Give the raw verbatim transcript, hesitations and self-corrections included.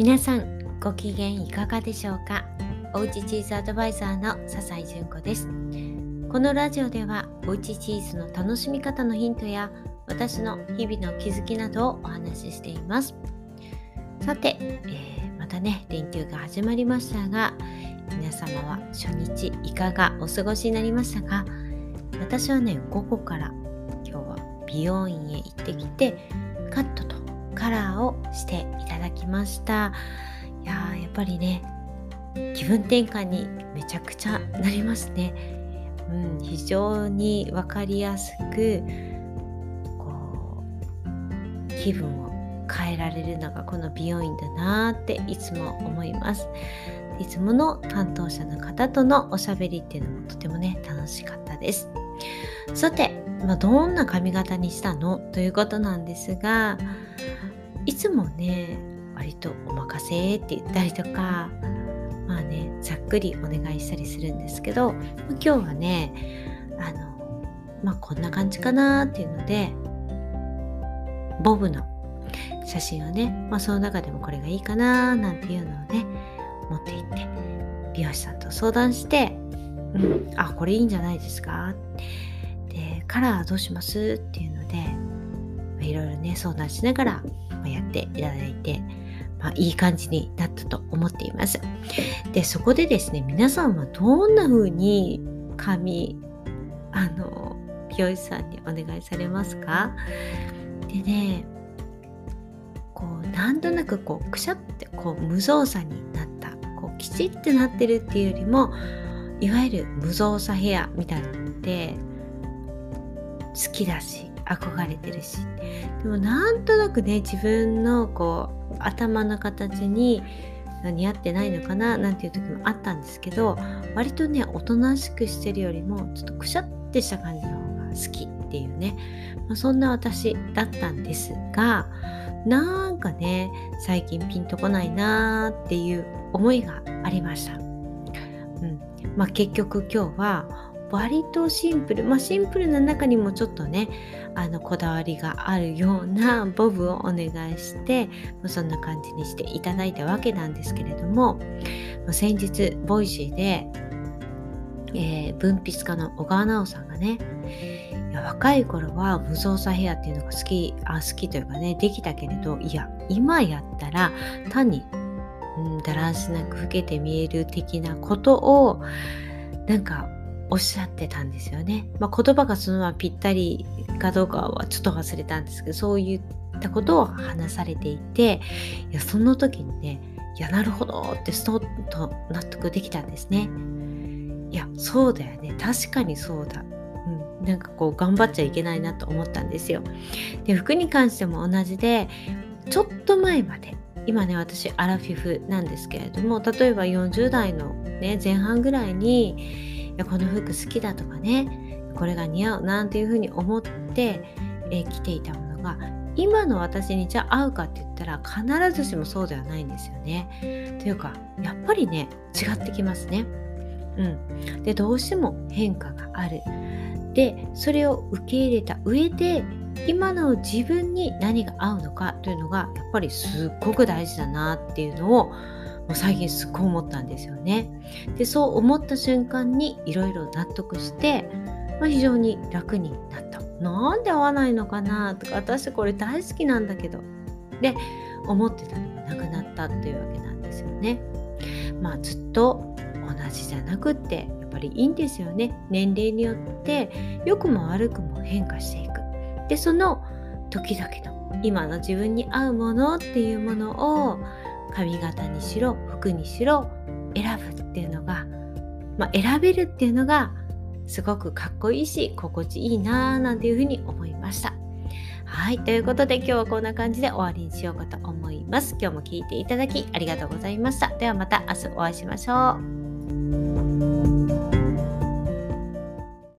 皆さんご機嫌いかがでしょうか。おうちチーズアドバイザーの笹井純子です。このラジオではおうちチーズの楽しみ方のヒントや私の日々の気づきなどをお話ししています。さて、えー、またね連休が始まりましたが、皆様は初日いかがお過ごしになりましたか。私はね午後から今日は美容院へ行ってきてカットとカラーをしていただきました。いやーやっぱりね気分転換にめちゃくちゃなりますね。うん、非常にわかりやすくこう気分を変えられるのがこの美容院だなっていつも思います。いつもの担当者の方とのおしゃべりっていうのもとてもね楽しかったです。さて、まあ、どんな髪型にしたのということなんですが、いつもね割とお任せって言ったりとか、まあねざっくりお願いしたりするんですけど、今日はねあのまあこんな感じかなっていうのでボブの写真をね、まあ、その中でもこれがいいかななんていうのをね持って行って美容師さんと相談して、うん、あこれいいんじゃないですか、でカラーどうしますっていうので、まあ、いろいろね相談しながらやっていただいて、まあ、いい感じになったと思っています。でそこでですね、皆さんはどんな風に髪あの美容師さんにお願いされますか。でねこうなんとなくこうくしゃってこう無造作になったこうきちってなってるっていうよりも、いわゆる無造作ヘアみたいなのって好きだし憧れてるし、でもなんとなくね自分のこう頭の形に似合ってないのかななんていう時もあったんですけど、割とねおとなしくしてるよりもちょっとくしゃってした感じの方が好きっていうね、まあ、そんな私だったんですが、なんかね最近ピンとこないなーっていう思いがありました。うんまあ、結局今日は割とシンプル、まあシンプルな中にもちょっとねあのこだわりがあるようなボブをお願いして、そんな感じにしていただいたわけなんですけれども、先日ボイシーで、えー、文筆家の小川直さんがね、いや若い頃は無造作ヘアっていうのが好きあ好きというかねできたけれど、いや今やったら単に、うん、だらしなく老けて見える的なことをなんかおっしゃってたんですよね。まあ、言葉がそのままぴったりかどうかはちょっと忘れたんですけど、そういったことを話されていて、いやその時にね、いやなるほどってストッと納得できたんですね。いやそうだよね、確かにそうだ、うん、なんかこう頑張っちゃいけないなと思ったんですよ。で服に関しても同じで、ちょっと前まで今ね私アラフィフなんですけれども、例えばよんじゅう代のね前半ぐらいにいやこの服好きだとかねこれが似合うなんていうふうに思って、えー、着ていたものが今の私にじゃあ合うかって言ったら必ずしもそうではないんですよね。というかやっぱりね違ってきますね。うん、でどうしても変化がある。でそれを受け入れた上で今の自分に何が合うのかというのがやっぱりすっごく大事だなっていうのをもう最近すっごい思ったんですよね。でそう思った瞬間にいろいろ納得して、まあ、非常に楽になった。なんで合わないのかなとか、私これ大好きなんだけどで思ってたのがなくなったっていうわけなんですよね。まあずっと同じじゃなくってやっぱりいいんですよね。年齢によって良くも悪くも変化していく。でその時々の今の自分に合うものっていうものを髪型にしろ服にしろ選ぶっていうのが、まあ、選べるっていうのがすごくかっこいいし心地いいななんていうふうに思いました。はい、ということで今日はこんな感じで終わりにしようかと思います。今日も聞いていただきありがとうございました。ではまた明日お会いしましょう。